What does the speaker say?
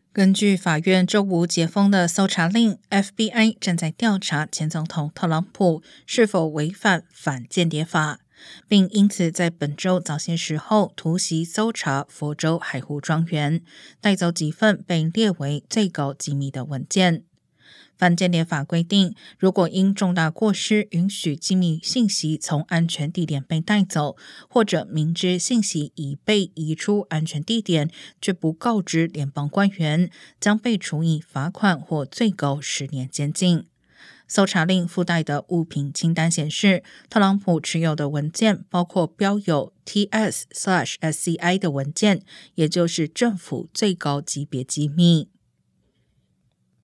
根据法院周五解封的搜查令， FBI 正在调查前总统特朗普是否违反反间谍法，并因此在本周早些时候突袭搜查佛州海湖庄园，带走几份被列为最高机密的文件。反间谍法规定，如果因重大过失允许机密信息从安全地点被带走，或者明知信息已被移出安全地点，却不告知联邦官员，将被处以罚款或最高10年监禁。搜查令附带的物品清单显示，特朗普持有的文件包括标有 TS/SCI 的文件，也就是政府最高级别机密。